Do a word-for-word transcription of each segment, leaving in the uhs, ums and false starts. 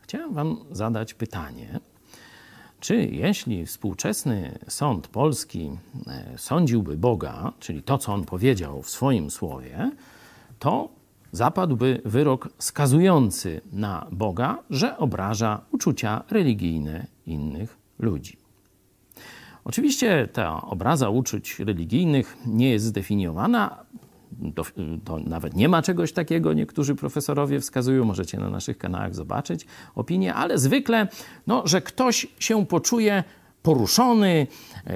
Chciałem wam zadać pytanie, czy jeśli współczesny sąd polski sądziłby Boga, czyli to, co on powiedział w swoim słowie, to zapadłby wyrok skazujący na Boga, że obraża uczucia religijne innych ludzi. Oczywiście ta obraza uczuć religijnych nie jest zdefiniowana, to, to nawet nie ma czegoś takiego, niektórzy profesorowie wskazują, możecie na naszych kanałach zobaczyć opinię, ale zwykle, no, że ktoś się poczuje poruszony, yy,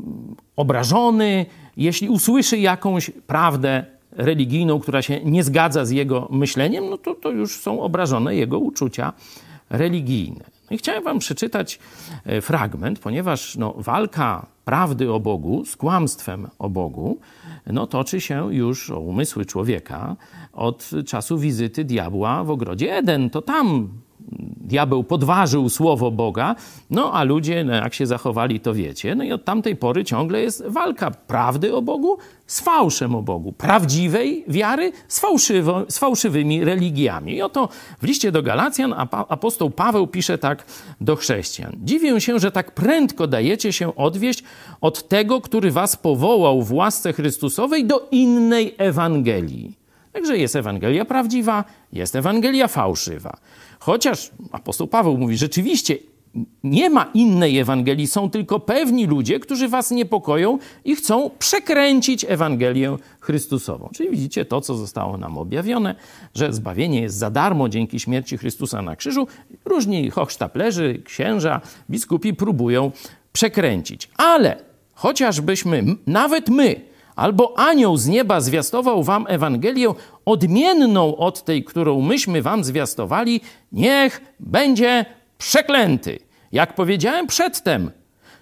obrażony, jeśli usłyszy jakąś prawdę religijną, która się nie zgadza z jego myśleniem, no to, to już są obrażone jego uczucia religijne. No i chciałem wam przeczytać fragment, ponieważ no, walka prawdy o Bogu z kłamstwem o Bogu no, toczy się już o umysły człowieka od czasu wizyty diabła w ogrodzie Eden. To tam diabeł podważył słowo Boga, no a ludzie, no, jak się zachowali, to wiecie. No i od tamtej pory ciągle jest walka prawdy o Bogu z fałszem o Bogu, prawdziwej wiary z, fałszywo, z fałszywymi religiami. I oto w liście do Galacjan apostoł Paweł pisze tak do chrześcijan. Dziwię się, że tak prędko dajecie się odwieść od tego, który was powołał w łasce Chrystusowej do innej Ewangelii. Także jest Ewangelia prawdziwa, jest Ewangelia fałszywa. Chociaż apostoł Paweł mówi, rzeczywiście nie ma innej Ewangelii, są tylko pewni ludzie, którzy was niepokoją i chcą przekręcić Ewangelię Chrystusową. Czyli widzicie to, co zostało nam objawione, że zbawienie jest za darmo dzięki śmierci Chrystusa na krzyżu. Różni hochsztaplerzy, księża, biskupi próbują przekręcić. Ale chociażbyśmy, nawet my, albo anioł z nieba zwiastował wam Ewangelię odmienną od tej, którą myśmy wam zwiastowali, niech będzie przeklęty. Jak powiedziałem przedtem,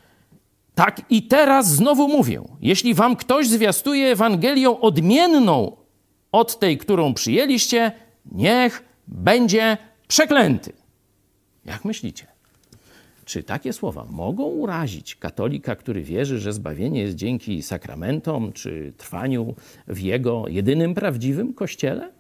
tak i teraz znowu mówię. Jeśli wam ktoś zwiastuje Ewangelię odmienną od tej, którą przyjęliście, niech będzie przeklęty. Jak myślicie? Czy takie słowa mogą urazić katolika, który wierzy, że zbawienie jest dzięki sakramentom czy trwaniu w jego jedynym prawdziwym Kościele?